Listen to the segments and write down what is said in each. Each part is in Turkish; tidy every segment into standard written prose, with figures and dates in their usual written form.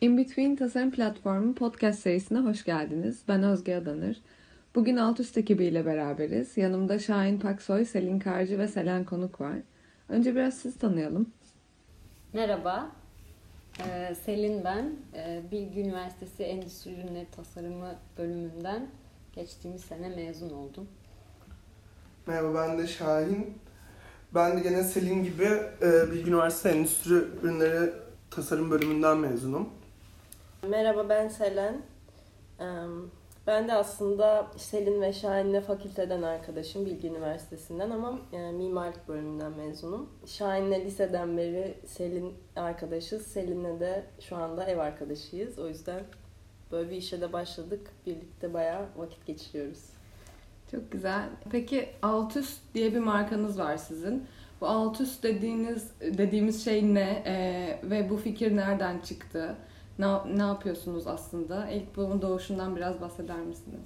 In Between Tasarım Platformu podcast serisine hoş geldiniz. Ben Özge Adanır. Bugün Altüst ekibiyle beraberiz. Yanımda Şahin Paksoy, Selin Karcı ve Selen Konuk var. Önce biraz sizi tanıyalım. Merhaba, Selin ben. Bilgi Üniversitesi Endüstri Ürünleri Tasarımı bölümünden geçtiğimiz sene mezun oldum. Merhaba, ben de Şahin. Ben de gene Selin gibi Bilgi Üniversitesi Endüstri Ürünleri Tasarım bölümünden mezunum. Merhaba, ben Selen. Ben de aslında Selin ve Şahin'le fakülteden arkadaşım, Bilgi Üniversitesi'nden ama mimarlık bölümünden mezunum. Şahin'le liseden beri Selin arkadaşız. Selin'le de şu anda ev arkadaşıyız. O yüzden böyle bir işe de başladık. Birlikte bayağı vakit geçiriyoruz. Çok güzel. Peki Altüst diye bir markanız var sizin. Bu Altüst dediğimiz şey ne? Ve bu fikir nereden çıktı? Ne yapıyorsunuz aslında? İlk bunun doğuşundan biraz bahseder misiniz?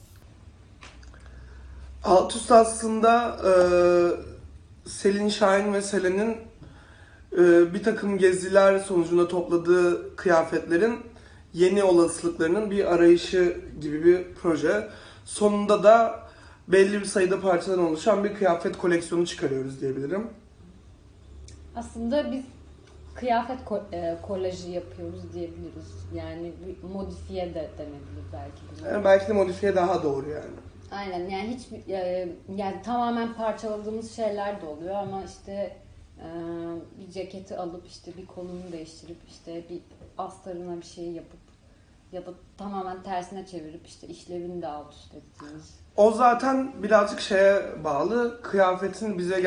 Altüst aslında Selin, Şahin ve Selen'in bir takım geziler sonucunda topladığı kıyafetlerin yeni olasılıklarının bir arayışı gibi bir proje. Sonunda da belli bir sayıda parçadan oluşan bir kıyafet koleksiyonu çıkarıyoruz diyebilirim. Aslında biz kıyafet kolajı yapıyoruz diyebiliriz. Yani bir modifiye de denebilir belki de. Yani belki de modifiye daha doğru yani. Aynen, yani yani tamamen parçaladığımız şeyler de oluyor ama işte bir ceketi alıp işte bir kolunu değiştirip işte bir astarına bir şey yapıp ya da tamamen tersine çevirip işte işlevini de alt üst ettiğimiz. O zaten birazcık şeye bağlı. Kıyafetin bize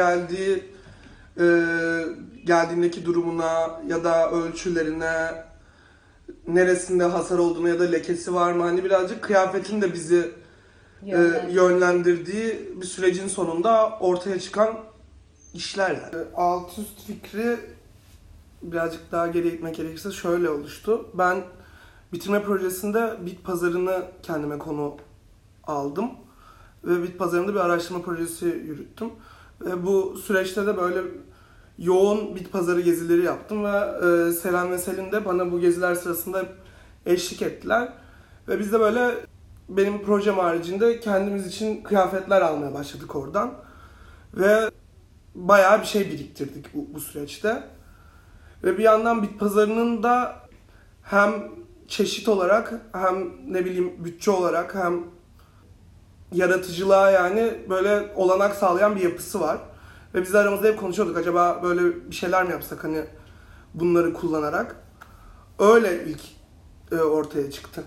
geldiğindeki durumuna ya da ölçülerine, neresinde hasar olduğunu ya da lekesi var mı? Hani birazcık kıyafetin de bizi yönlendirdiği bir sürecin sonunda ortaya çıkan işler yani. Alt üst fikri birazcık daha geriye gitmek gerekirse şöyle oluştu. Ben bitirme projesinde bit pazarını kendime konu aldım. Ve bit pazarında bir araştırma projesi yürüttüm. Ve bu süreçte de böyle yoğun bit pazarı gezileri yaptım ve Selen ve Selin de bana bu geziler sırasında eşlik ettiler. Ve biz de böyle benim projem haricinde kendimiz için kıyafetler almaya başladık oradan. Ve bayağı bir şey biriktirdik bu süreçte. Ve bir yandan bit pazarının da hem çeşit olarak hem ne bileyim bütçe olarak hem yaratıcılığa yani böyle olanak sağlayan bir yapısı var. Ve biz de aramızda hep konuşuyorduk. Acaba böyle bir şeyler mi yapsak hani bunları kullanarak. Öyle ilk ortaya çıktı.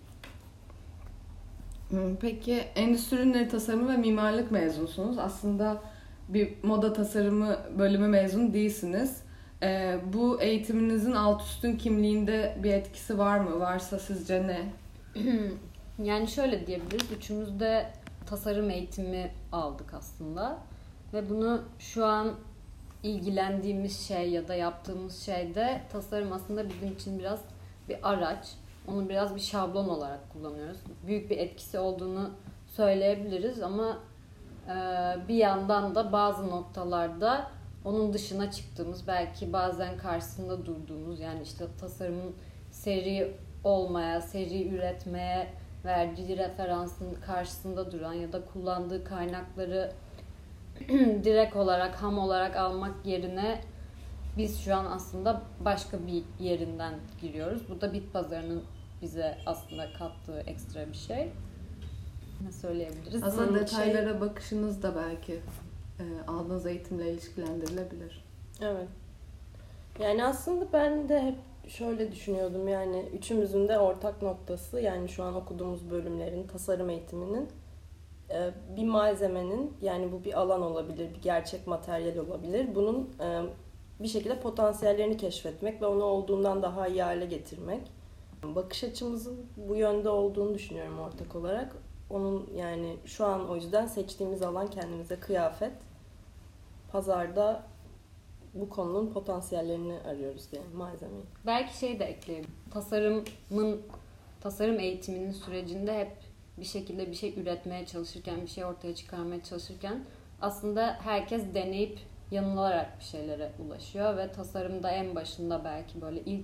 Peki endüstri ürünleri tasarımı ve mimarlık mezunsunuz. Aslında bir moda tasarımı bölümü mezunu değilsiniz. Bu eğitiminizin Altüst'ün kimliğinde bir etkisi var mı? Varsa sizce ne? Yani şöyle diyebiliriz. Üçümüz de tasarım eğitimi aldık aslında. Ve bunu şu an ilgilendiğimiz şey ya da yaptığımız şeyde tasarım aslında bizim için biraz bir araç. Onu biraz bir şablon olarak kullanıyoruz. Büyük bir etkisi olduğunu söyleyebiliriz ama bir yandan da bazı noktalarda onun dışına çıktığımız, belki bazen karşısında durduğumuz, yani işte tasarımın seri olmaya, seri üretmeye verdiği referansın karşısında duran ya da kullandığı kaynakları direkt olarak, ham olarak almak yerine biz şu an aslında başka bir yerinden giriyoruz. Bu da bit pazarının bize aslında kattığı ekstra bir şey. Ne söyleyebiliriz? Aslında detaylara bakışınız da belki aldığınız eğitimle ilişkilendirilebilir. Evet. Yani aslında ben de hep şöyle düşünüyordum, yani üçümüzün de ortak noktası, yani şu an okuduğumuz bölümlerin, tasarım eğitiminin bir malzemenin, yani bu bir alan olabilir, bir gerçek materyal olabilir. Bunun bir şekilde potansiyellerini keşfetmek ve onu olduğundan daha iyi hale getirmek. Bakış açımızın bu yönde olduğunu düşünüyorum ortak olarak. Onun yani şu an o yüzden seçtiğimiz alan kendimize kıyafet. Pazarda bu konunun potansiyellerini arıyoruz yani malzemeyi. Belki şey de ekleyelim. Tasarım eğitiminin sürecinde hep bir şekilde bir şey üretmeye çalışırken, bir şey ortaya çıkarmaya çalışırken aslında herkes deneyip yanılarak bir şeylere ulaşıyor ve tasarımda en başında belki böyle ilk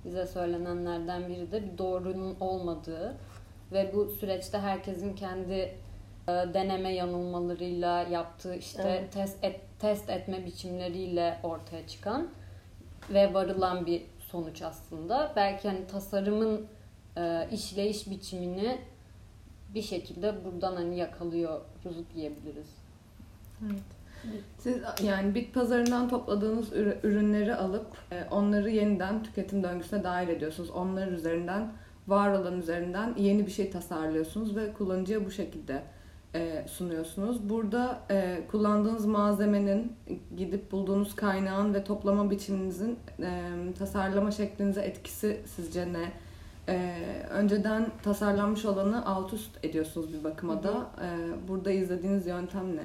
bize söylenenlerden biri de bir doğrunun olmadığı ve bu süreçte herkesin kendi deneme yanılmalarıyla yaptığı işte test etme biçimleriyle ortaya çıkan ve varılan bir sonuç aslında. Belki hani tasarımın işleyiş biçimini bir şekilde buradan hani yakalıyoruz diyebiliriz. Evet. Siz yani bit pazarından topladığınız ürünleri alıp onları yeniden tüketim döngüsüne dahil ediyorsunuz. Onlar üzerinden, var olan üzerinden yeni bir şey tasarlıyorsunuz ve kullanıcıya bu şekilde sunuyorsunuz. Burada kullandığınız malzemenin, gidip bulduğunuz kaynağın ve toplama biçiminizin tasarlama şeklinize etkisi sizce ne? Önceden tasarlanmış olanı alt üst ediyorsunuz bir bakıma da. Burada izlediğiniz yöntem ne?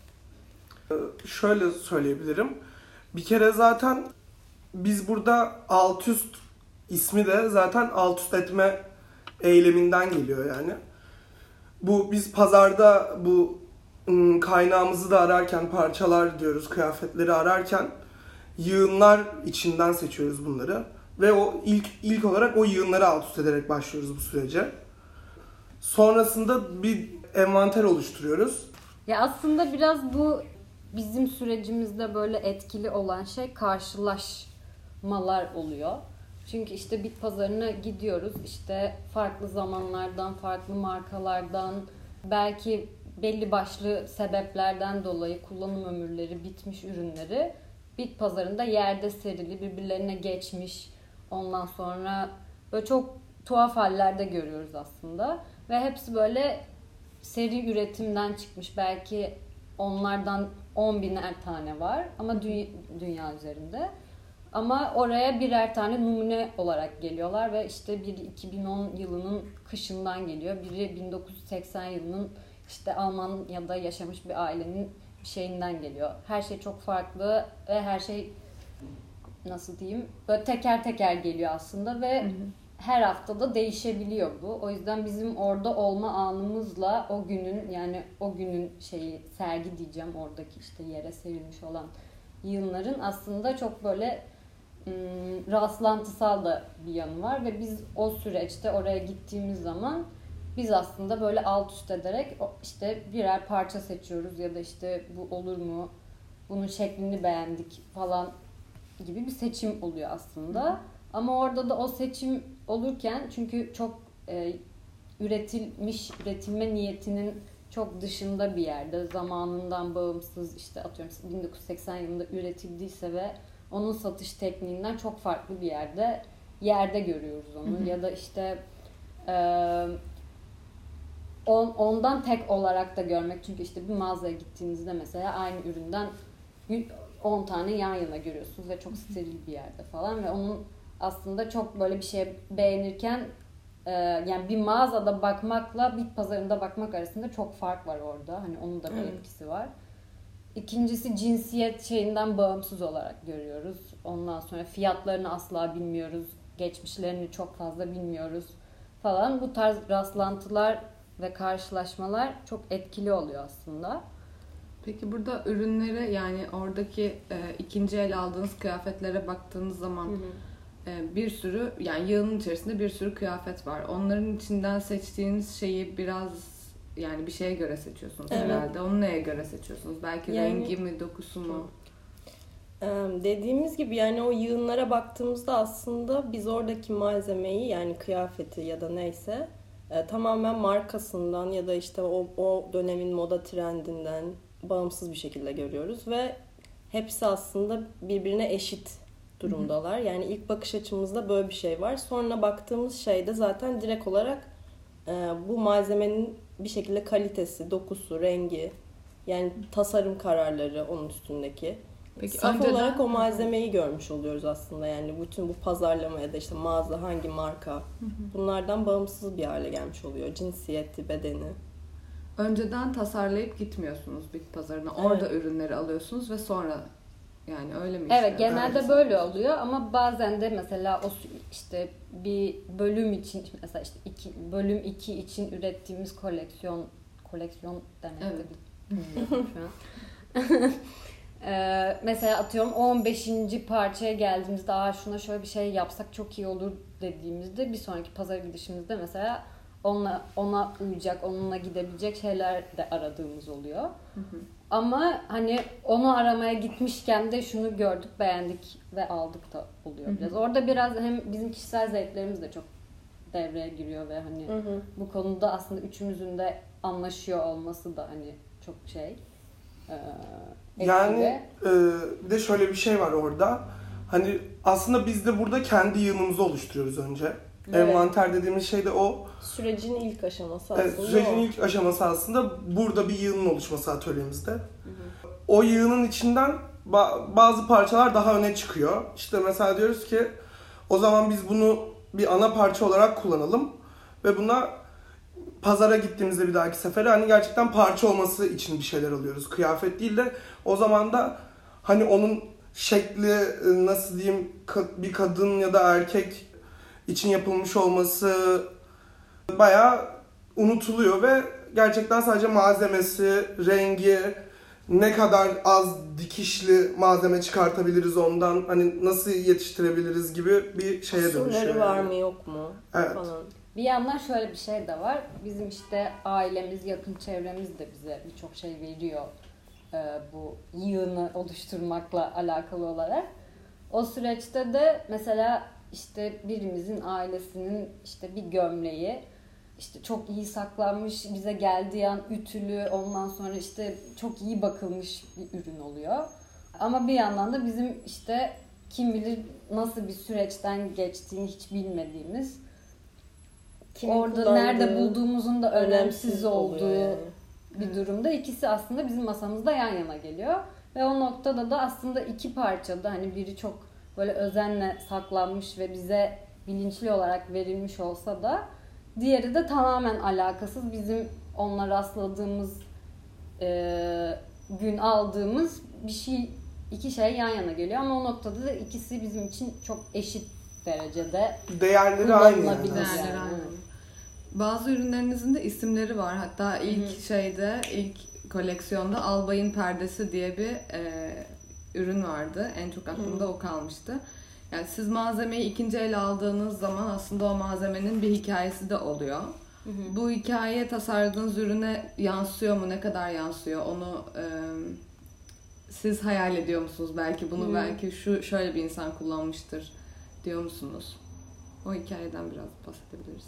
Şöyle söyleyebilirim. Bir kere zaten biz burada alt üst ismi de zaten alt üst etme eyleminden geliyor yani. Bu biz pazarda bu kaynağımızı da ararken, parçalar diyoruz, kıyafetleri ararken yığınlar içinden seçiyoruz bunları. Ve o ilk olarak o yığınları alt üst ederek başlıyoruz bu sürece. Sonrasında bir envanter oluşturuyoruz. Ya aslında biraz bu bizim sürecimizde böyle etkili olan şey karşılaşmalar oluyor. Çünkü işte bit pazarına gidiyoruz. İşte farklı zamanlardan, farklı markalardan, belki belli başlı sebeplerden dolayı kullanım ömürleri bitmiş ürünleri bit pazarında yerde serili, birbirlerine geçmiş. Ondan sonra böyle çok tuhaf hallerde görüyoruz aslında. Ve hepsi böyle seri üretimden çıkmış. Belki onlardan 10.000'er tane var ama dünya üzerinde. Ama oraya birer tane numune olarak geliyorlar ve işte biri 2010 yılının kışından geliyor. Biri 1980 yılının işte Almanya'da yaşamış bir ailenin şeyinden geliyor. Her şey çok farklı ve her şey nasıl diyeyim böyle teker teker geliyor aslında ve her haftada değişebiliyor bu. O yüzden bizim orada olma anımızla o günün şeyi sergi diyeceğim oradaki işte yere serilmiş olan yığınların aslında çok böyle rastlantısal da bir yanı var ve biz o süreçte oraya gittiğimiz zaman biz aslında böyle alt üst ederek işte birer parça seçiyoruz ya da işte bu olur mu, bunun şeklini beğendik falan gibi bir seçim oluyor aslında. Ama orada da o seçim olurken çünkü çok üretilme niyetinin çok dışında bir yerde, zamanından bağımsız işte atıyorum 1980 yılında üretildiyse ve onun satış tekniğinden çok farklı bir yerde görüyoruz onu. Ya da işte ondan tek olarak da görmek. Çünkü işte bir mağazaya gittiğinizde mesela aynı üründen 10 tane yan yana görüyorsunuz ve çok steril bir yerde falan ve onun aslında çok böyle bir şey beğenirken yani bir mağazada bakmakla bit pazarında bakmak arasında çok fark var orada. Hani onun da bir etkisi var. İkincisi cinsiyet şeyinden bağımsız olarak görüyoruz. Ondan sonra fiyatlarını asla bilmiyoruz. Geçmişlerini çok fazla bilmiyoruz falan. Bu tarz rastlantılar ve karşılaşmalar çok etkili oluyor aslında. Peki burada ürünlere yani oradaki ikinci el aldığınız kıyafetlere baktığınız zaman bir sürü yani yığının içerisinde bir sürü kıyafet var. Onların içinden seçtiğiniz şeyi biraz yani bir şeye göre seçiyorsunuz herhalde. Onu neye göre seçiyorsunuz? Belki yani, rengi mi, dokusu mu? Dediğimiz gibi yani o yığınlara baktığımızda aslında biz oradaki malzemeyi yani kıyafeti ya da neyse tamamen markasından ya da işte o dönemin moda trendinden bağımsız bir şekilde görüyoruz ve hepsi aslında birbirine eşit durumdalar. Yani ilk bakış açımızda böyle bir şey var. Sonra baktığımız şey de zaten direkt olarak bu malzemenin bir şekilde kalitesi, dokusu, rengi yani tasarım kararları onun üstündeki. Peki, saf olarak o malzemeyi görmüş oluyoruz aslında. Yani bütün bu pazarlama ya da işte mağaza hangi marka bunlardan bağımsız bir hale gelmiş oluyor. Cinsiyeti, bedeni. Önceden tasarlayıp gitmiyorsunuz bit pazarına. Orada ürünleri alıyorsunuz ve sonra yani öyle mi? Evet, genelde böyle oluyor ama bazen de mesela o işte bir bölüm için mesela işte bölüm 2 için ürettiğimiz koleksiyon demekte bilmiyorum şu an. Mesela atıyorum 15. parçaya geldiğimizde şuna şöyle bir şey yapsak çok iyi olur dediğimizde bir sonraki pazara gidişimizde mesela ona uyacak, onunla gidebilecek şeyler de aradığımız oluyor. Ama hani onu aramaya gitmişken de şunu gördük, beğendik ve aldık da oluyor biraz. Orada biraz hem bizim kişisel zevklerimiz de çok devreye giriyor ve hani bu konuda aslında üçümüzün de anlaşıyor olması da hani çok şey. Yani bir de şöyle bir şey var orada. Hani aslında biz de burada kendi yığınımızı oluşturuyoruz önce. Evet. Envanter dediğimiz şey de o. Sürecin ilk aşaması aslında. Evet, sürecin ilk aşaması aslında burada bir yığının oluşması atölyemizde. O yığının içinden bazı parçalar daha öne çıkıyor. İşte mesela diyoruz ki o zaman biz bunu bir ana parça olarak kullanalım ve buna pazara gittiğimizde bir dahaki sefere hani gerçekten parça olması için bir şeyler alıyoruz. Kıyafet değil de o zaman da hani onun şekli nasıl diyeyim bir kadın ya da erkek için yapılmış olması bayağı unutuluyor ve gerçekten sadece malzemesi, rengi, ne kadar az dikişli malzeme çıkartabiliriz ondan, hani nasıl yetiştirebiliriz gibi bir şeye dönüşüyor. Sınırları var mı yok mu evet. falan. Bir yandan şöyle bir şey de var. Bizim işte ailemiz, yakın çevremiz de bize birçok şey veriyor bu yığını oluşturmakla alakalı olarak. O süreçte de mesela işte birimizin ailesinin işte bir gömleği işte çok iyi saklanmış, bize geldiği an ütülü, ondan sonra işte çok iyi bakılmış bir ürün oluyor. Ama bir yandan da bizim işte kim bilir nasıl bir süreçten geçtiğini hiç bilmediğimiz, orada nerede bulduğumuzun da önemsiz olduğu yani bir durumda ikisi aslında bizim masamızda yan yana geliyor. Ve o noktada da aslında iki parçada hani biri çok böyle özenle saklanmış ve bize bilinçli olarak verilmiş olsa da diğeri de tamamen alakasız. Bizim onunla rastladığımız gün aldığımız bir şey, iki şey yan yana geliyor ama o noktada da ikisi bizim için çok eşit derecede değerleri aynı. Değerleri aynı. Bazı ürünlerinizin de isimleri var. Hatta ilk koleksiyonda Albay'ın Perdesi diye bir ürün vardı. En çok aklımda o kalmıştı. Yani siz malzemeyi ikinci el aldığınız zaman aslında o malzemenin bir hikayesi de oluyor. Bu hikaye tasarladığınız ürüne yansıyor mu? Ne kadar yansıyor? Onu siz hayal ediyor musunuz? Belki bunu belki şöyle bir insan kullanmıştır diyor musunuz? O hikayeden biraz bahsedebiliriz.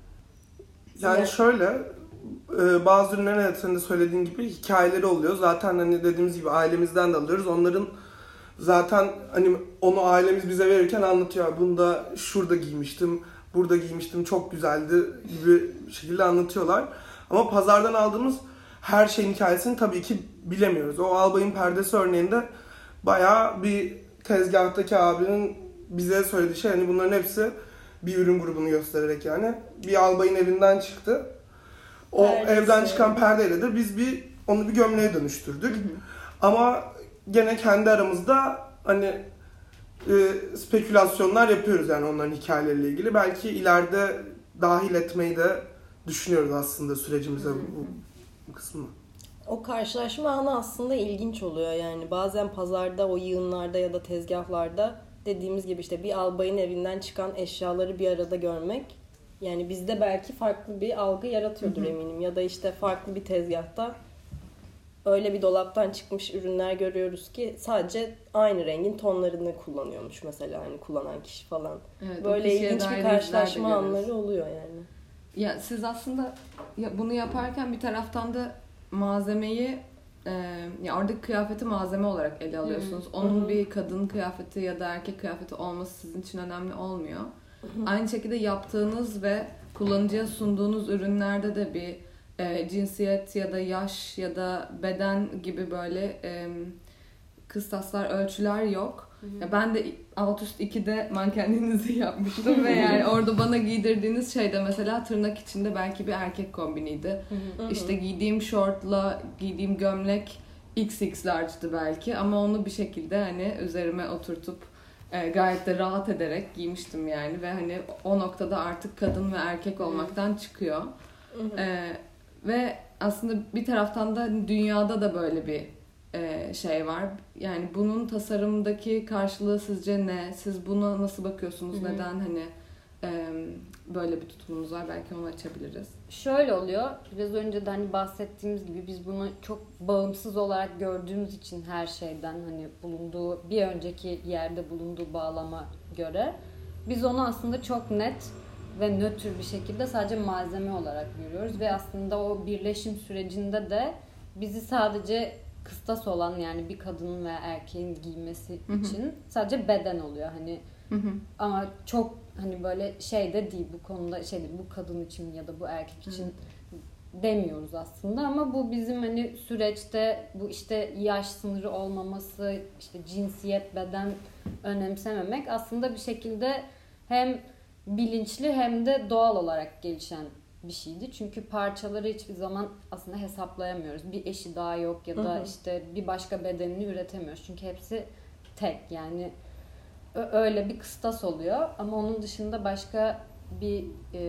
Yani şöyle, bazı ürünlerin evet senin de söylediğin gibi hikayeleri oluyor. Zaten hani dediğimiz gibi ailemizden de alıyoruz. Onların zaten hani onu ailemiz bize verirken anlatıyor. Bunu da şurada giymiştim, burada giymiştim, çok güzeldi gibi bir şekilde anlatıyorlar. Ama pazardan aldığımız her şeyin hikayesini tabii ki bilemiyoruz. O Albay'ın Perdesi örneğinde bayağı bir tezgahtaki abinin bize söylediği şey, hani bunların hepsi bir ürün grubunu göstererek yani. Bir albayın evinden çıktı. O evden çıkan perdeyle de biz onu bir gömleğe dönüştürdük. Ama gene kendi aramızda hani spekülasyonlar yapıyoruz yani onların hikayeleriyle ilgili. Belki ileride dahil etmeyi de düşünüyoruz aslında sürecimize bu kısmı. O karşılaşma anı aslında ilginç oluyor yani. Bazen pazarda, o yığınlarda ya da tezgahlarda dediğimiz gibi işte bir albayın evinden çıkan eşyaları bir arada görmek yani bizde belki farklı bir algı yaratıyordur eminim. Ya da işte farklı bir tezgahta öyle bir dolaptan çıkmış ürünler görüyoruz ki sadece aynı rengin tonlarını kullanıyormuş mesela hani kullanan kişi falan. Evet, böyle ilginç bir karşılaşma anları oluyor yani. Ya siz aslında bunu yaparken bir taraftan da malzemeyi ya oradaki kıyafeti malzeme olarak ele alıyorsunuz. Onun bir kadın kıyafeti ya da erkek kıyafeti olması sizin için önemli olmuyor. Aynı şekilde yaptığınız ve kullanıcıya sunduğunuz ürünlerde de bir cinsiyet ya da yaş ya da beden gibi böyle kıstaslar, ölçüler yok. Ya ben de alt üst 2'de mankenliğinizi yapmıştım ve yani orada bana giydirdiğiniz şey de mesela tırnak içinde belki bir erkek kombiniydi. İşte giydiğim şortla giydiğim gömlek XX large'dı belki ama onu bir şekilde hani üzerime oturtup gayet de rahat ederek giymiştim yani ve hani o noktada artık kadın ve erkek olmaktan çıkıyor. Ve aslında bir taraftan da dünyada da böyle bir şey var. Yani bunun tasarımdaki karşılığı sizce ne? Siz buna nasıl bakıyorsunuz? Hı-hı. Neden hani böyle bir tutumunuz var? Belki onu açabiliriz. Şöyle oluyor. Biraz önce de hani bahsettiğimiz gibi biz bunu çok bağımsız olarak gördüğümüz için her şeyden hani bulunduğu bir önceki yerde bulunduğu bağlama göre biz onu aslında çok net ve nötr bir şekilde sadece malzeme olarak görüyoruz ve aslında o birleşim sürecinde de bizi sadece kıstas olan yani bir kadının veya erkeğin giymesi için sadece beden oluyor hani. Ama çok hani böyle şey de değil bu konuda şey değil bu kadın için ya da bu erkek için demiyoruz aslında ama bu bizim hani süreçte bu işte yaş sınırı olmaması işte cinsiyet beden önemsememek aslında bir şekilde hem bilinçli hem de doğal olarak gelişen bir şeydi. Çünkü parçaları hiçbir zaman aslında hesaplayamıyoruz. Bir eşi daha yok ya da işte bir başka bedenini üretemiyoruz. Çünkü hepsi tek yani öyle bir kıstas oluyor ama onun dışında başka bir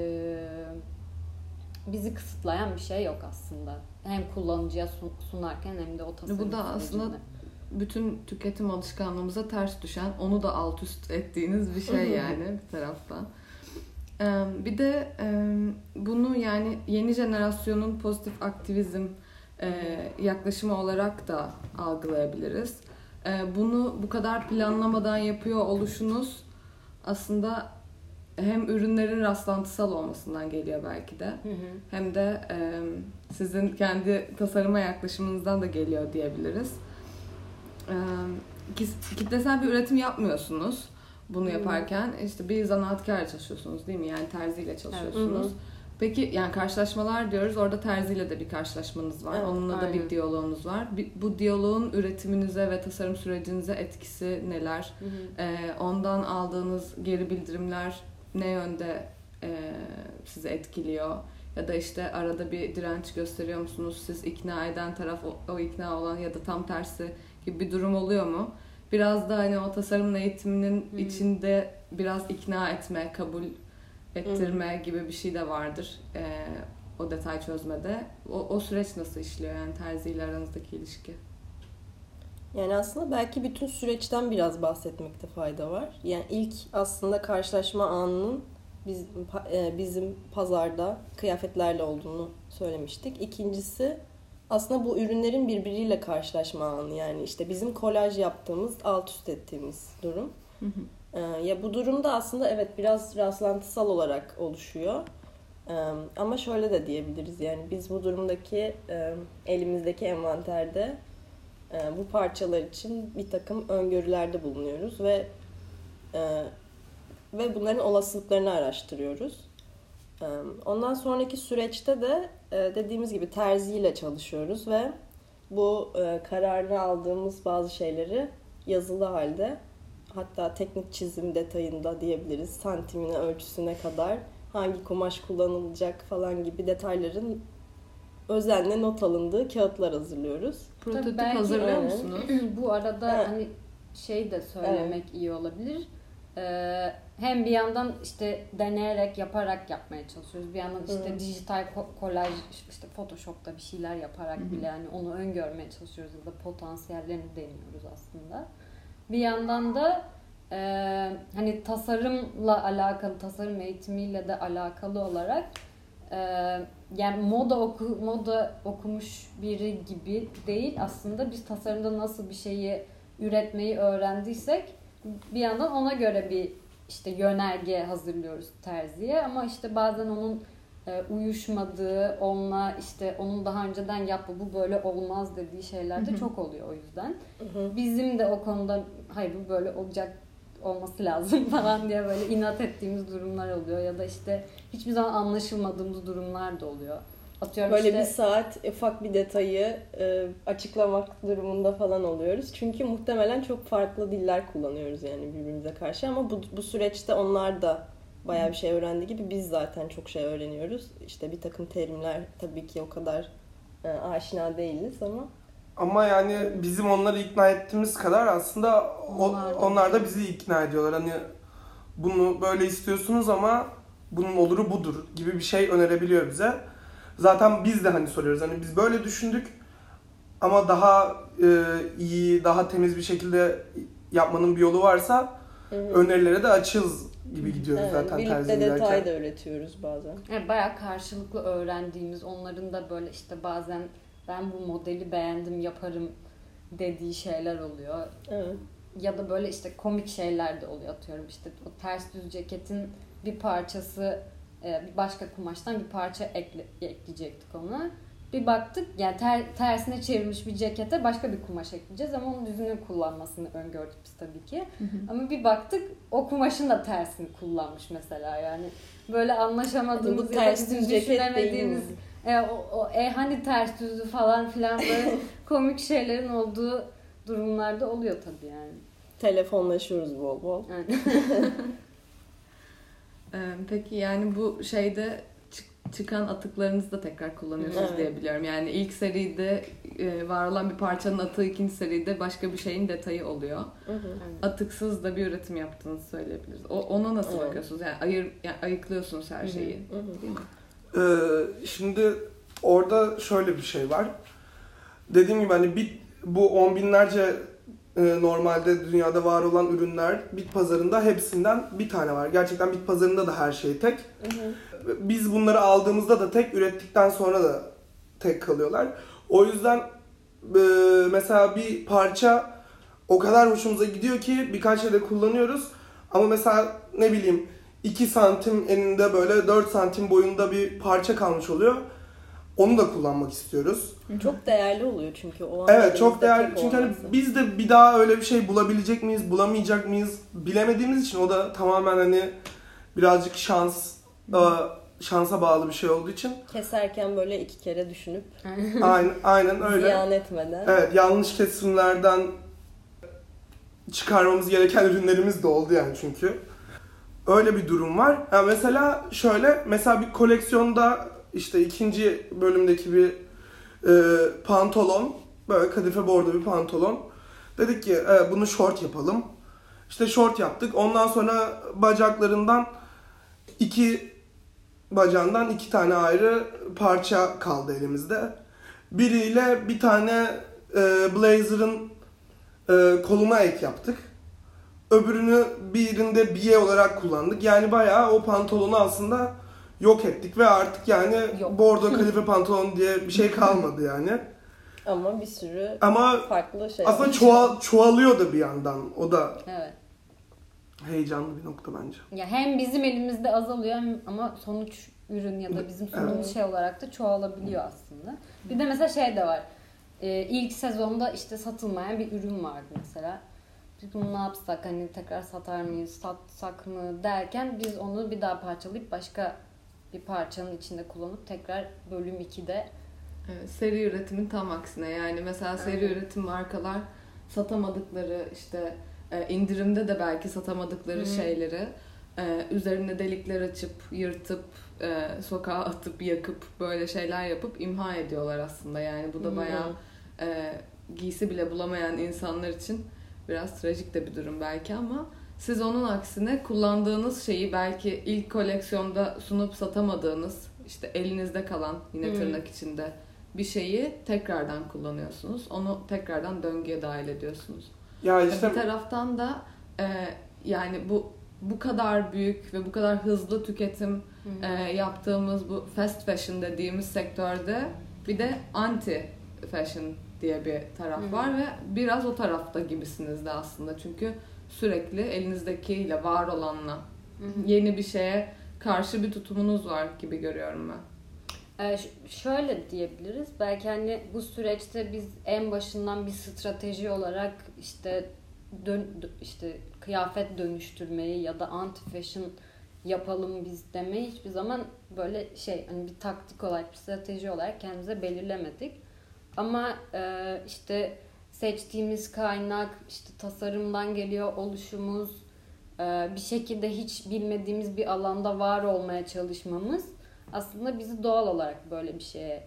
bizi kısıtlayan bir şey yok aslında. Hem kullanıcıya sunarken hem de o tasarım Bu da aslında bütün tüketim alışkanlığımıza ters düşen, onu da alt üst ettiğiniz bir şey yani bir taraftan. Bir de bunu yani yeni jenerasyonun pozitif aktivizm yaklaşımı olarak da algılayabiliriz. Bunu bu kadar planlamadan yapıyor oluşunuz aslında hem ürünlerin rastlantısal olmasından geliyor belki de hem de sizin kendi tasarıma yaklaşımınızdan da geliyor diyebiliriz. Kitlesel bir üretim yapmıyorsunuz bunu yaparken. İşte bir zanaatkarla çalışıyorsunuz değil mi? Yani terziyle çalışıyorsunuz. Evet. Peki yani karşılaşmalar diyoruz. Orada terziyle de bir karşılaşmanız var. Evet, onunla da bir diyaloğunuz var. Bu diyaloğun üretiminize ve tasarım sürecinize etkisi neler? Ondan aldığınız geri bildirimler ne yönde sizi etkiliyor? Ya da işte arada bir direnç gösteriyor musunuz? Siz ikna eden taraf o ikna olan ya da tam tersi gibi bir durum oluyor mu? Biraz da hani o tasarım eğitiminin içinde biraz ikna etme, kabul ettirme gibi bir şey de vardır o detay çözmede. O süreç nasıl işliyor yani terziyle aranızdaki ilişki? Yani aslında belki bütün süreçten biraz bahsetmekte fayda var. Yani ilk aslında karşılaşma anının bizim pazarda kıyafetlerle olduğunu söylemiştik. İkincisi aslında bu ürünlerin birbiriyle karşılaşma anı. Yani işte bizim kolaj yaptığımız, alt üst ettiğimiz durum. Ya bu durumda aslında evet biraz rastlantısal olarak oluşuyor. Ama şöyle de diyebiliriz yani biz bu durumdaki elimizdeki envanterde bu parçalar için bir takım öngörülerde bulunuyoruz ve bunların olasılıklarını araştırıyoruz. Ondan sonraki süreçte de dediğimiz gibi terziyle çalışıyoruz ve bu kararını aldığımız bazı şeyleri yazılı halde hatta teknik çizim detayında diyebiliriz santimine ölçüsüne kadar hangi kumaş kullanılacak falan gibi detayların özenle not alındığı kağıtlar hazırlıyoruz. Prototip hazırlıyor musunuz? Bu arada hani şey de söylemek iyi olabilir. Hem bir yandan işte deneyerek, yaparak yapmaya çalışıyoruz. Bir yandan işte dijital kolaj, işte Photoshop'ta bir şeyler yaparak bile yani onu öngörmeye çalışıyoruz ya da potansiyellerini deniyoruz aslında. Bir yandan da hani tasarımla alakalı, tasarım eğitimiyle de alakalı olarak yani moda okumuş biri gibi değil aslında biz tasarımda nasıl bir şeyi üretmeyi öğrendiysek bir yandan ona göre bir işte yönerge hazırlıyoruz terziye ama işte bazen onun uyuşmadığı, onunla işte onun daha önceden yapma bu böyle olmaz dediği şeyler de çok oluyor o yüzden. Bizim de o konuda hayır bu böyle olması lazım falan diye böyle inat ettiğimiz durumlar oluyor ya da işte hiçbir zaman anlaşılmadığımız durumlar da oluyor. Atıyorum böyle işte, bir saat ufak bir detayı açıklamak durumunda falan oluyoruz. Çünkü muhtemelen çok farklı diller kullanıyoruz yani birbirimize karşı ama bu süreçte onlar da bayağı bir şey öğrendiği gibi biz zaten çok şey öğreniyoruz. İşte bir takım terimler tabii ki o kadar aşina değiliz ama yani bizim onları ikna ettiğimiz kadar aslında onlar da bizi ikna ediyorlar. Hani bunu böyle istiyorsunuz ama bunun oluru budur gibi bir şey önerebiliyor bize. Zaten biz de hani soruyoruz. Hani biz böyle düşündük. ama daha iyi, daha temiz bir şekilde yapmanın bir yolu varsa önerilere de açığız gibi gidiyoruz zaten terziye birlikte giderken. detay da öğretiyoruz bazen. Yani bayağı karşılıklı öğrendiğimiz, onların da böyle işte bazen ben bu modeli beğendim yaparım dediği şeyler oluyor. Evet. Ya da böyle işte komik şeyler de oluyor, atıyorum işte o ters düz ceketin bir parçası, bir başka kumaştan bir parça ekleyecektik ona. Bir baktık yani tersine çevirmiş bir cekete başka bir kumaş ekleyeceğiz ama onun düzünü kullanmasını öngördük biz tabii ki. Ama bir baktık o kumaşın da tersini kullanmış mesela, yani böyle anlaşamadığımız Bu ya da ters bizim düz ceket düşünemediğimiz değil mi? hani ters düzü falan filan böyle komik şeylerin olduğu durumlarda oluyor tabii yani. Telefonlaşıyoruz bol bol. Yani. Peki yani bu şeyde çıkan atıklarınızı da tekrar kullanıyorsunuz Evet. diye biliyorum. Yani ilk seride var olan bir parçanın atığı ikinci seride başka bir şeyin detayı oluyor. Atıksız da bir üretim yaptığınızı söyleyebiliriz. Ona nasıl Evet. bakıyorsunuz? Yani, ayıklıyorsunuz her şeyi. Değil mi? Şimdi orada şöyle bir şey var. Dediğim gibi hani bu on binlerce normalde dünyada var olan ürünler bit pazarında hepsinden bir tane var. Gerçekten bit pazarında da her şey tek. Biz bunları aldığımızda da tek, ürettikten sonra da tek kalıyorlar. O yüzden mesela bir parça o kadar hoşumuza gidiyor ki birkaç yerde kullanıyoruz. Ama mesela ne bileyim 2 santim eninde böyle 4 santim boyunda bir parça kalmış oluyor. Onu da kullanmak istiyoruz. Çok değerli oluyor çünkü o an. Evet, çok değerli. tek Çünkü hani olması. biz de bir daha öyle bir şey bulabilecek miyiz, bulamayacak mıyız bilemediğimiz için o da tamamen hani birazcık şansa bağlı bir şey olduğu için. Keserken böyle 2 kere düşünüp Aynen öyle. ziyan etmeden. Evet, yanlış kesimlerden çıkarmamız gereken ürünlerimiz de oldu yani çünkü. Öyle bir durum var. Yani mesela bir koleksiyonda işte 2. bölümdeki bir pantolon, böyle kadife bordo bir pantolon. Dedik ki bunu short yapalım. İşte short yaptık. Ondan sonra bacaklarından 2 bacağından 2 tane ayrı parça kaldı elimizde. Biriyle bir tane blazer'ın koluna ek yaptık. Öbürünü birinde biye olarak kullandık. Yani bayağı o pantolonu aslında yok ettik ve artık yani bordo kadife pantolon diye bir şey kalmadı yani. Ama bir sürü farklı şey aslında çoğalıyor da bir yandan. O da Evet. heyecanlı bir nokta bence. Ya hem bizim elimizde azalıyor ama sonuç ürün ya da bizim sunduğumuz şey olarak da çoğalabiliyor aslında. Bir de mesela şey de var. İlk sezonda işte satılmayan bir ürün vardı mesela. Biz bunu ne yapsak, hani tekrar satar mıyız, satsak mı derken biz onu bir daha parçalayıp başka bir parçanın içinde kullanıp tekrar bölüm 2'de Seri üretimin tam aksine, yani mesela seri üretim markalar satamadıkları işte indirimde de belki satamadıkları şeyleri üzerine delikler açıp yırtıp sokağa atıp yakıp böyle şeyler yapıp imha ediyorlar aslında. Yani bu da bayağı giysi bile bulamayan insanlar için biraz trajik de bir durum belki, ama siz onun aksine kullandığınız şeyi belki ilk koleksiyonda sunup satamadığınız, işte elinizde kalan yine tırnak içinde bir şeyi tekrardan kullanıyorsunuz. Onu tekrardan döngüye dahil ediyorsunuz. Ya işte bir taraftan da yani bu kadar büyük ve bu kadar hızlı tüketim yaptığımız bu fast fashion dediğimiz sektörde bir de anti fashion diye bir taraf var ve biraz o tarafta gibisiniz de aslında. Çünkü sürekli elinizdekiyle, var olanla yeni bir şeye karşı bir tutumunuz var gibi görüyorum ben. Şöyle diyebiliriz. Belki hani bu süreçte biz en başından bir strateji olarak işte kıyafet dönüştürmeyi ya da anti fashion yapalım biz demeyi hiçbir zaman böyle hani bir taktik olarak, bir strateji olarak kendimize belirlemedik. Ama işte seçtiğimiz kaynak, işte tasarımdan geliyor oluşumuz, bir şekilde hiç bilmediğimiz bir alanda var olmaya çalışmamız aslında bizi doğal olarak böyle bir şeye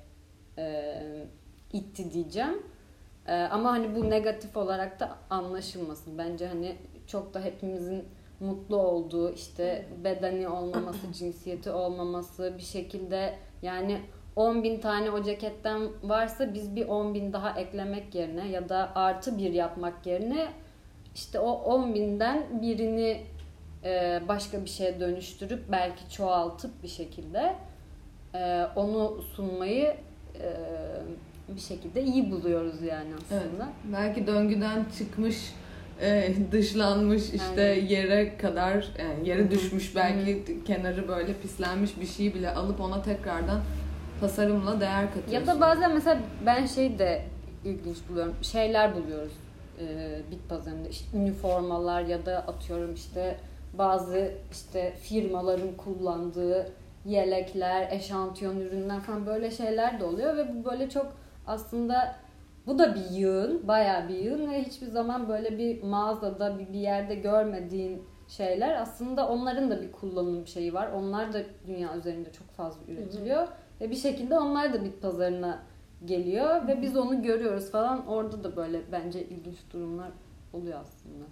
itti diyeceğim. Ama hani bu negatif olarak da anlaşılmasın. Bence hani çok da hepimizin mutlu olduğu, işte bedeni olmaması, cinsiyeti olmaması, bir şekilde yani 10.000 tane o ceketten varsa biz bir 10.000 daha eklemek yerine ya da artı bir yapmak yerine işte o 10.000'den birini başka bir şeye dönüştürüp belki çoğaltıp bir şekilde onu sunmayı bir şekilde iyi buluyoruz yani aslında. Evet. Belki döngüden çıkmış, dışlanmış işte Aynen. yere kadar, yani yere düşmüş, belki kenarı böyle pislenmiş bir şeyi bile alıp ona tekrardan tasarımla değer katıyorsun. Ya da bazen mesela ben şey de ilginç buluyorum. Şeyler buluyoruz bit pazarında. İşte üniformalar ya da atıyorum işte bazı işte firmaların kullandığı yelekler, eşantiyon ürünler falan böyle şeyler de oluyor ve bu böyle çok aslında bu da bir yığın, bayağı bir yığın ve hiçbir zaman böyle bir mağazada bir yerde görmediğin şeyler aslında onların da bir kullanım şeyi var. Onlar da dünya üzerinde çok fazla üretiliyor ve bir şekilde onlar da bit pazarına geliyor ve biz onu görüyoruz falan. Orada da böyle bence ilginç durumlar oluyor aslında.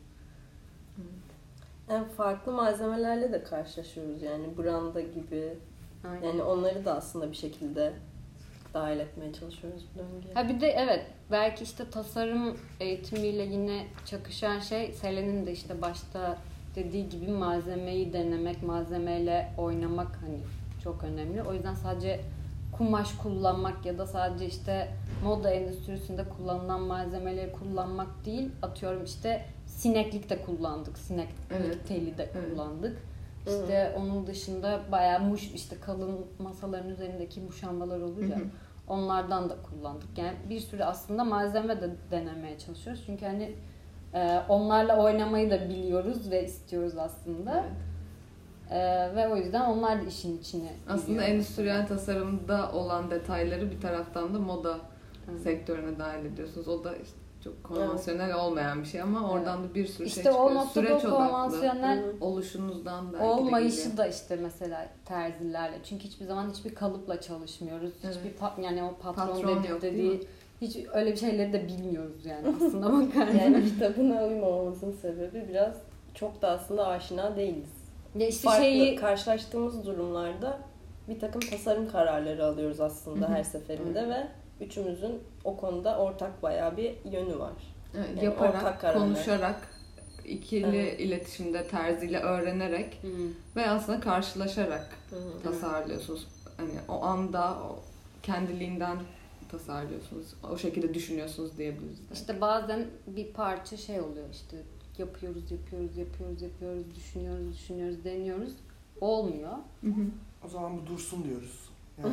Yani farklı malzemelerle de karşılaşıyoruz yani branda gibi. Aynen. Yani onları da aslında bir şekilde dahil etmeye çalışıyoruz bu döngüye. Ha bir de evet belki işte tasarım eğitimiyle yine çakışan şey Selen'in de işte başta dediği gibi malzemeyi denemek, malzemeyle oynamak hani çok önemli. O yüzden sadece kumaş kullanmak ya da sadece işte moda endüstrisinde kullanılan malzemeleri kullanmak değil, atıyorum işte sineklik de kullandık, sineklik Evet. teli de Evet. kullandık. İşte onun dışında bayağı işte kalın masaların üzerindeki muşambalar olur ya. Onlardan da kullandık. Yani bir sürü aslında malzeme de denemeye çalışıyoruz. Çünkü hani onlarla oynamayı da biliyoruz ve istiyoruz aslında. Ve o yüzden onlar da işin içine Aslında giriyor. endüstriyel tasarımda olan detayları bir taraftan da moda Evet. sektörüne dahil ediyorsunuz. O da işte çok konvansiyonel olmayan bir şey ama oradan da bir sürü İşte şey o çıkıyor. noktada Süreç odaklı konvansiyonel oluşunuzdan belki de olmayışı geliyor. da işte mesela terzilerle. Çünkü hiçbir zaman hiçbir kalıpla çalışmıyoruz. Evet. Hiçbir yani o patron Patron yok, dedikleri değil mi? hiç öyle bir şeyleri de bilmiyoruz yani aslında bakarsan. Yani kitabına uymamamızın sebebi biraz çok da aslında aşina değiliz. Ya işte Farklı karşılaştığımız durumlarda bir takım tasarım kararları alıyoruz aslında her seferinde ve üçümüzün o konuda ortak bayağı bir yönü var. Evet, Yani yaparak, ortak kararlar. konuşarak, ikili iletişimde, terziyle öğrenerek ve aslında karşılaşarak tasarlıyorsunuz. Hani o anda o kendiliğinden tasarlıyorsunuz. O şekilde düşünüyorsunuz diyebiliriz. İşte bazen bir parça şey oluyor işte yapıyoruz, düşünüyoruz, deniyoruz. Olmuyor. O zaman bu dursun diyoruz.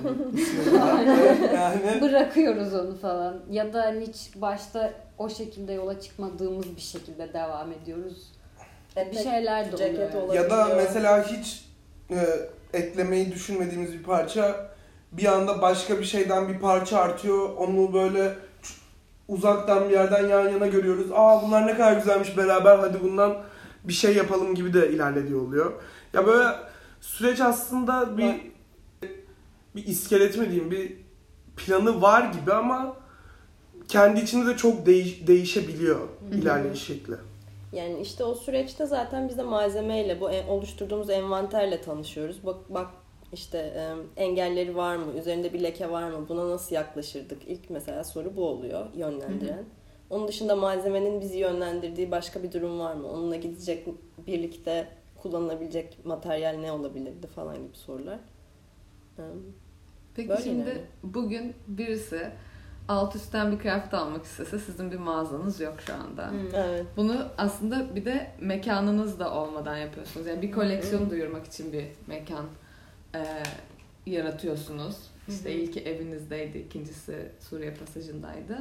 Yani Bırakıyoruz onu falan. Ya da hani hiç başta o şekilde yola çıkmadığımız bir şekilde devam ediyoruz. Bir şeyler de oluyor. Ceket yani. olabiliyor. ya da mesela hiç eklemeyi düşünmediğimiz bir parça bir anda başka bir şeyden bir parça artıyor. Onu böyle uzaktan bir yerden yan yana görüyoruz. Aa bunlar ne kadar güzelmiş beraber hadi bundan bir şey yapalım gibi de ilerlediği oluyor. Ya böyle süreç aslında bir iskelet mi diyeyim bir planı var gibi ama kendi içinde de çok değişebiliyor ilerleyiş şekli. Yani işte o süreçte zaten biz de malzemeyle, bu oluşturduğumuz envanterle tanışıyoruz. Bak işte engelleri var mı, üzerinde bir leke var mı, buna nasıl yaklaşırdık? İlk mesela soru bu oluyor, yönlendiren. Onun dışında malzemenin bizi yönlendirdiği başka bir durum var mı? Onunla gidecek, birlikte kullanılabilecek materyal ne olabilirdi falan gibi sorular. Peki Böyle şimdi yani. bugün birisi alt üstten bir kıyafet almak istese sizin bir mağazanız yok şu anda. Evet. Bunu aslında bir de mekanınız da olmadan yapıyorsunuz. Yani bir koleksiyon duyurmak için bir mekan yaratıyorsunuz. İşte ilki evinizdeydi, ikincisi Suriye Pasajı'ndaydı.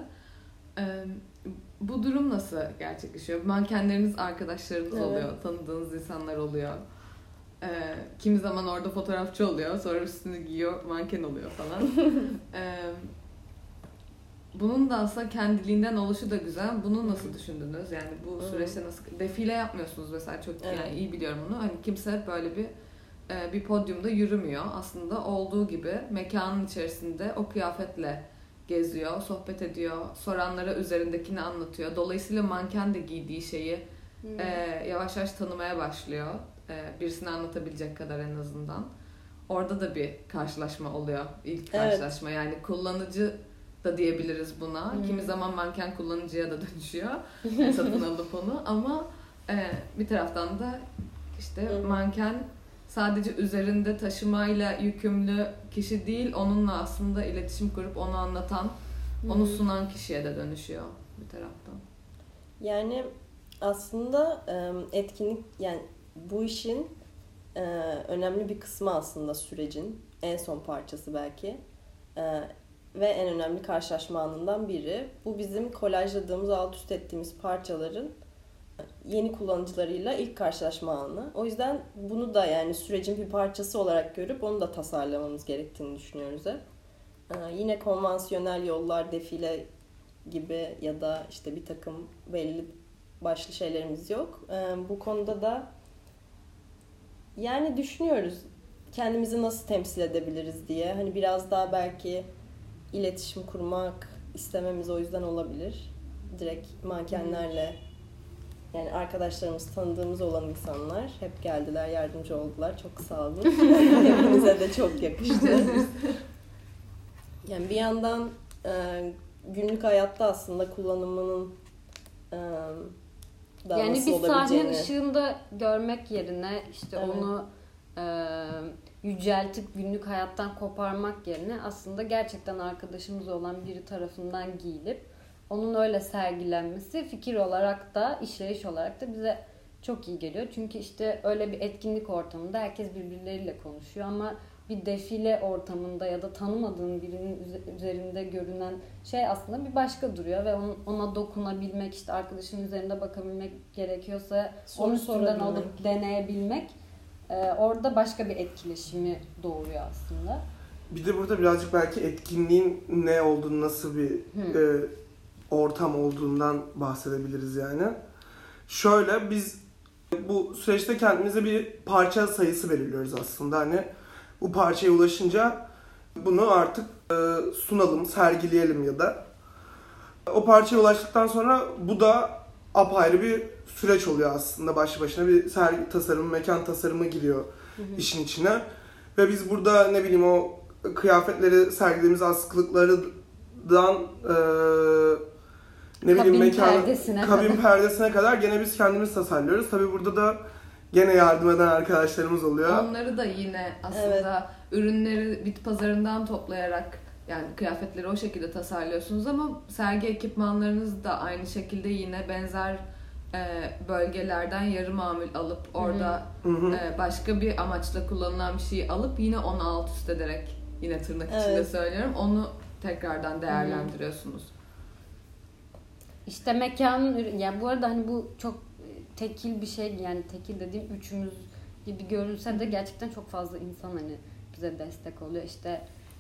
Bu durum nasıl gerçekleşiyor? Mankenleriniz arkadaşlarınız oluyor, tanıdığınız insanlar oluyor. Kimi zaman orada fotoğrafçı oluyor, sonra üstünü giyiyor, manken oluyor falan. Bunun da aslında kendiliğinden oluşu da güzel. Bunu nasıl düşündünüz? Yani bu süreçte nasıl... Defile yapmıyorsunuz mesela çok yani iyi biliyorum onu. Hani kimse böyle bir podyumda yürümüyor. Aslında olduğu gibi mekanın içerisinde o kıyafetle geziyor, sohbet ediyor, soranlara üzerindekini anlatıyor. Dolayısıyla manken de giydiği şeyi yavaş yavaş tanımaya başlıyor. Birisine anlatabilecek kadar en azından. orada da bir karşılaşma oluyor. İlk karşılaşma yani kullanıcı da diyebiliriz buna. Kimi zaman manken kullanıcıya da dönüşüyor. Satın alıp onu ama bir taraftan da işte manken sadece üzerinde taşımayla yükümlü kişi değil, onunla aslında iletişim kurup onu anlatan, onu sunan kişiye de dönüşüyor bir taraftan. Yani aslında etkinlik, yani bu işin önemli bir kısmı aslında sürecin en son parçası belki ve en önemli karşılaşma anından biri. Bu bizim kolajladığımız, alt üst ettiğimiz parçaların yeni kullanıcılarıyla ilk karşılaşma anı. O yüzden bunu da yani sürecin bir parçası olarak görüp onu da tasarlamamız gerektiğini düşünüyoruz hep. Yine konvansiyonel yollar, defile gibi ya da işte bir takım belli başlı şeylerimiz yok. Bu konuda da yani düşünüyoruz kendimizi nasıl temsil edebiliriz diye. Hani biraz daha belki iletişim kurmak istememiz o yüzden olabilir. Direkt mankenlerle, yani arkadaşlarımız, tanıdığımız olan insanlar hep geldiler, yardımcı oldular. Çok sağ olun. Hepinize de çok yakıştı. Yani bir yandan günlük hayatta aslında kullanımının daha yani nasıl bir sahnenin olabileceğini... ışığında görmek yerine işte onu yüceltip günlük hayattan koparmak yerine aslında gerçekten arkadaşımız olan biri tarafından giyilip onun öyle sergilenmesi fikir olarak da, işleyiş olarak da bize çok iyi geliyor. Çünkü işte öyle bir etkinlik ortamında herkes birbirleriyle konuşuyor ama bir defile ortamında ya da tanımadığın birinin üzerinde görünen şey aslında bir başka duruyor ve ona dokunabilmek, işte arkadaşın üzerinde bakabilmek gerekiyorsa onun üstünden alıp deneyebilmek orada başka bir etkileşimi doğuruyor aslında. Bir de burada birazcık belki etkinliğin ne olduğunu, nasıl bir ortam olduğundan bahsedebiliriz yani. Şöyle, biz bu süreçte kendimize bir parça sayısı belirliyoruz aslında. Hani bu parçaya ulaşınca bunu artık sunalım, sergileyelim ya da. O parçaya ulaştıktan sonra bu da apayrı bir süreç oluyor aslında. Başlı başına bir sergi tasarımı, mekan tasarımı giriyor işin içine. Ve biz burada ne bileyim o kıyafetleri sergilediğimiz askılıklardan kabin perdesine kadar gene biz kendimiz tasarlıyoruz. Tabii burada da gene yardım eden arkadaşlarımız oluyor. Onları da yine aslında ürünleri bit pazarından toplayarak, yani kıyafetleri o şekilde tasarlıyorsunuz ama sergi ekipmanlarınız da aynı şekilde yine benzer bölgelerden yarı mamul alıp orada başka bir amaçla kullanılan bir şeyi alıp yine onu alt üst ederek, yine tırnak içinde söylüyorum, onu tekrardan değerlendiriyorsunuz. İşte mekanın, yani bu arada hani bu çok tekil bir şey, yani tekil dediğim üçümüz gibi görünse de gerçekten çok fazla insan hani bize destek oluyor. İşte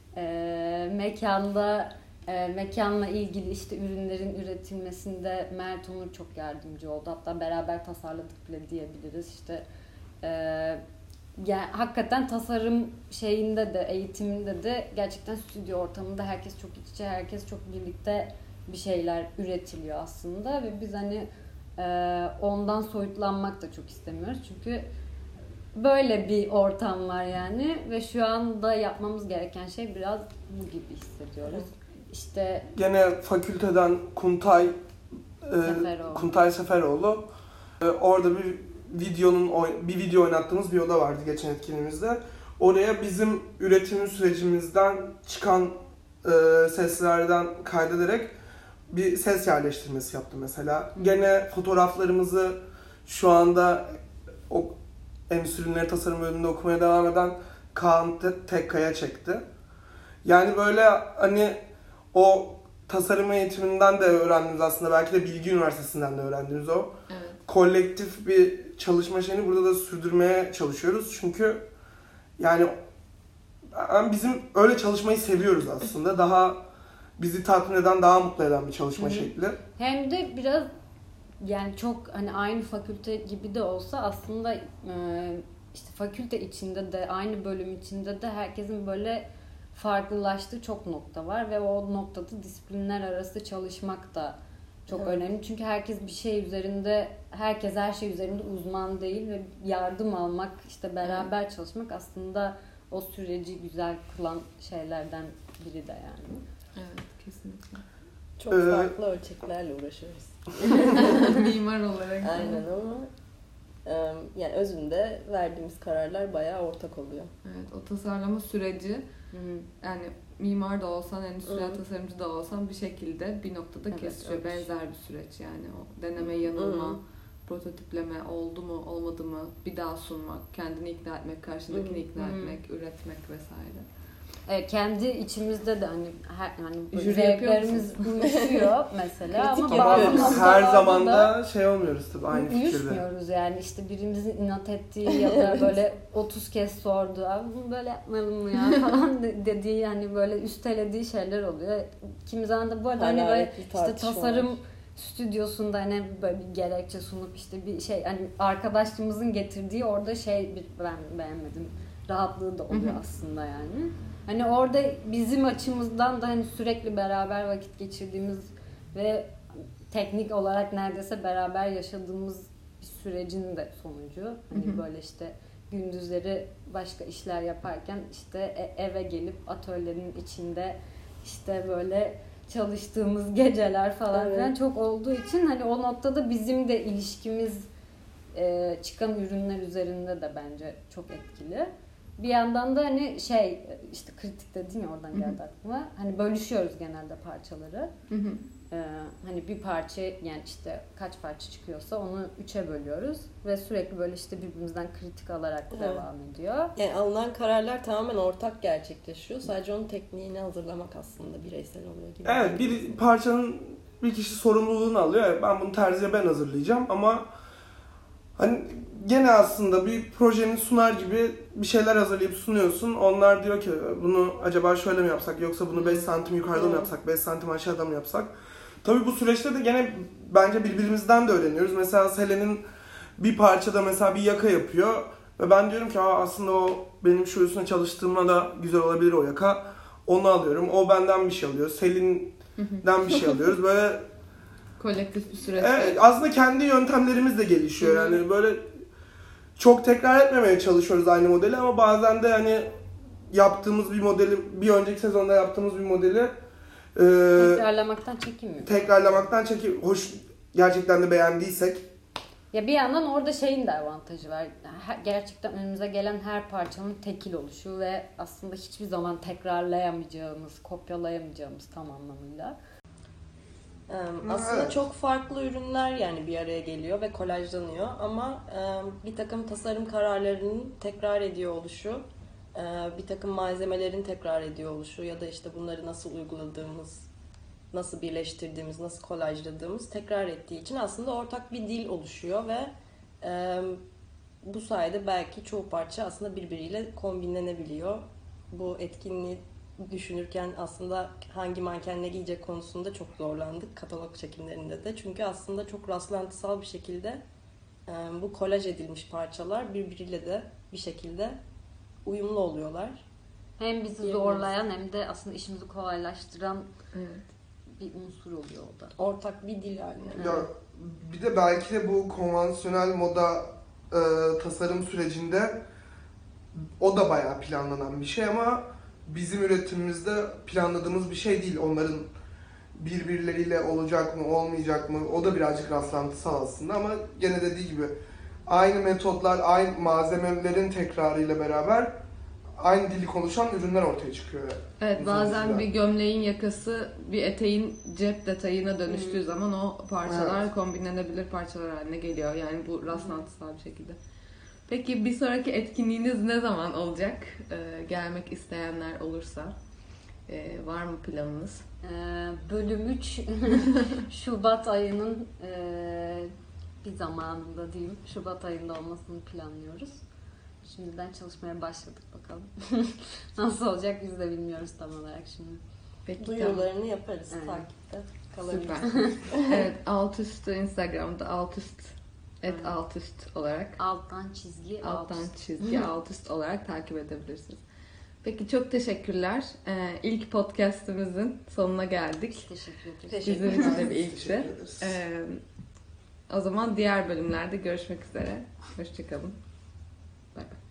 mekanla ilgili işte ürünlerin üretilmesinde Mert Onur çok yardımcı oldu. Hatta beraber tasarladık bile diyebiliriz. İşte yani hakikaten tasarım şeyinde de, eğitiminde de gerçekten stüdyo ortamında herkes çok iç içe, herkes çok birlikte bir şeyler üretiliyor aslında ve biz hani ondan soyutlanmak da çok istemiyoruz. Çünkü böyle bir ortam var yani ve şu anda yapmamız gereken şey biraz bu gibi hissediyoruz. İşte gene fakülteden Kuntay Seferoğlu orada bir video oynattığımız bir oda vardı geçen etkinliğimizde. Oraya bizim üretim sürecimizden çıkan seslerden kaydederek bir ses yerleştirmesi yaptı mesela. Gene fotoğraflarımızı şu anda o endüstri tasarım bölümünde okumaya devam eden Kaan Tekkaya çekti. Yani böyle hani o tasarım eğitiminden de öğrendiğimiz, aslında belki de Bilgi Üniversitesi'nden de öğrendiğimiz o kolektif bir çalışma şeyini burada da sürdürmeye çalışıyoruz. Çünkü yani bizim öyle çalışmayı seviyoruz aslında. Daha bizi tatmin eden, daha mutlu eden bir çalışma şekli. Hem de biraz yani çok hani aynı fakülte gibi de olsa aslında işte fakülte içinde de, aynı bölüm içinde de herkesin böyle farklılaştığı çok nokta var ve o noktada disiplinler arası çalışmak da çok önemli. Çünkü herkes bir şey üzerinde, herkes her şey üzerinde uzman değil ve yardım almak, işte beraber çalışmak aslında o süreci güzel kılan şeylerden biri de yani. Evet, kesinlikle. Çok farklı ölçeklerle uğraşıyoruz. Mimar olarak. Aynen ama yani özünde verdiğimiz kararlar bayağı ortak oluyor. Evet, o tasarlama süreci yani mimar da olsan, endüstriyel tasarımcı da olsan bir şekilde bir noktada kesişiyor. Benzer bir süreç yani o deneme yanılma, prototipleme, oldu mu olmadı mı, bir daha sunmak, kendini ikna etmek, karşındakini ikna etmek, üretmek vesaire. Kendi içimizde de hani Jüri zevklerimiz uyuşuyor mesela ama Kritik bazı yapıyoruz. noktalarda Her zaman da da şey olmuyoruz tabii aynı fikirde. uyuşmuyoruz yani işte birimizin inat ettiği ya da böyle 30 kez sordu abi bunu böyle yapmayalım mı ya falan dediği hani böyle üstelediği şeyler oluyor. Kimi zaman da bu arada hani böyle işte tasarım stüdyosunda hani böyle bir gerekçe sunup işte bir şey hani arkadaşımızın getirdiği orada ben beğenmedim rahatlığı da oluyor aslında yani. Hani orada bizim açımızdan da hani sürekli beraber vakit geçirdiğimiz ve teknik olarak neredeyse beraber yaşadığımız bir sürecin de sonucu. Hani böyle işte gündüzleri başka işler yaparken işte eve gelip atölyenin içinde işte böyle çalıştığımız geceler falan filan çok olduğu için hani o noktada bizim de ilişkimiz çıkan ürünler üzerinde de bence çok etkili. Bir yandan da hani işte kritik dedin ya oradan geldi aklıma. Hani bölüşüyoruz genelde parçaları. Hani bir parça yani işte kaç parça çıkıyorsa onu 3'e bölüyoruz ve sürekli böyle işte birbirimizden kritik alarak devam ediyor. Yani alınan kararlar tamamen ortak gerçekleşiyor. Sadece onun tekniğini hazırlamak aslında bireysel oluyor gibi. Evet, bir parçanın bir kişi sorumluluğunu alıyor. Evet, ben bunu terziye ben hazırlayacağım ama hani gene aslında bir projenin sunar gibi bir şeyler hazırlayıp sunuyorsun. Onlar diyor ki bunu acaba şöyle mi yapsak yoksa bunu 5 santim yukarıda mı yapsak, 5 santim aşağıda mı yapsak? Tabii bu süreçte de gene bence birbirimizden de öğreniyoruz. Mesela Selen'in bir parçada mesela bir yaka yapıyor ve ben diyorum ki aslında o benim şu üstüne çalıştığımda da güzel olabilir o yaka. Onu alıyorum. O benden bir şey alıyor. Selin'den bir şey alıyoruz. Böyle kolektif bir süreç. Evet, aslında kendi yöntemlerimiz de gelişiyor. Yani böyle çok tekrar etmemeye çalışıyoruz aynı modeli ama bazen de hani yaptığımız bir modeli, bir önceki sezonda yaptığımız bir modeli tekrarlamaktan hoş gerçekten de beğendiysek. Ya bir yandan orada şeyin de avantajı var. Gerçekten önümüze gelen her parçanın tekil oluşu ve aslında hiçbir zaman tekrarlayamayacağımız, kopyalayamayacağımız tam anlamıyla. Aslında çok farklı ürünler yani bir araya geliyor ve kolajlanıyor ama bir takım tasarım kararlarının tekrar ediyor oluşu, bir takım malzemelerin tekrar ediyor oluşu ya da işte bunları nasıl uyguladığımız, nasıl birleştirdiğimiz, nasıl kolajladığımız tekrar ettiği için aslında ortak bir dil oluşuyor ve bu sayede belki çoğu parça aslında birbiriyle kombinlenebiliyor. Bu etkinliği düşünürken aslında hangi manken ne giyecek konusunda çok zorlandık katalog çekimlerinde de. Çünkü aslında çok rastlantısal bir şekilde bu kolaj edilmiş parçalar birbiriyle de bir şekilde uyumlu oluyorlar. Hem bizi zorlayan hem de aslında işimizi kolaylaştıran bir unsur oluyor o da. Ortak bir dil haline. Ya, bir de belki de bu konvansiyonel moda tasarım sürecinde o da bayağı planlanan bir şey ama bizim üretimimizde planladığımız bir şey değil. Onların birbirleriyle olacak mı, olmayacak mı? O da birazcık rastlantısal aslında ama gene dediği gibi aynı metotlar, aynı malzemelerin tekrarıyla beraber aynı dili konuşan ürünler ortaya çıkıyor. Evet, bazen bir gömleğin yakası bir eteğin cep detayına dönüştüğü zaman o parçalar kombinlenebilir parçalar haline geliyor. Yani bu rastlantısal bir şekilde. Peki bir sonraki etkinliğiniz ne zaman olacak? Gelmek isteyenler olursa var mı planınız? Bölüm 3 Şubat ayının bir zamanında diyeyim. Şubat ayında olmasını planlıyoruz. Şimdiden çalışmaya başladık bakalım. Nasıl olacak biz de bilmiyoruz tam olarak şimdi. Peki, duyurularını yaparız takipte. Süper. Evet, Altüst'ü Instagram'da altüst olarak alttan çizgi altüst olarak takip edebilirsiniz. Peki çok teşekkürler. İlk podcast'imizin sonuna geldik. Teşekkür ederiz. Bizim için de bir ilkti. O zaman diğer bölümlerde görüşmek üzere. Hoşçakalın. Bay bay.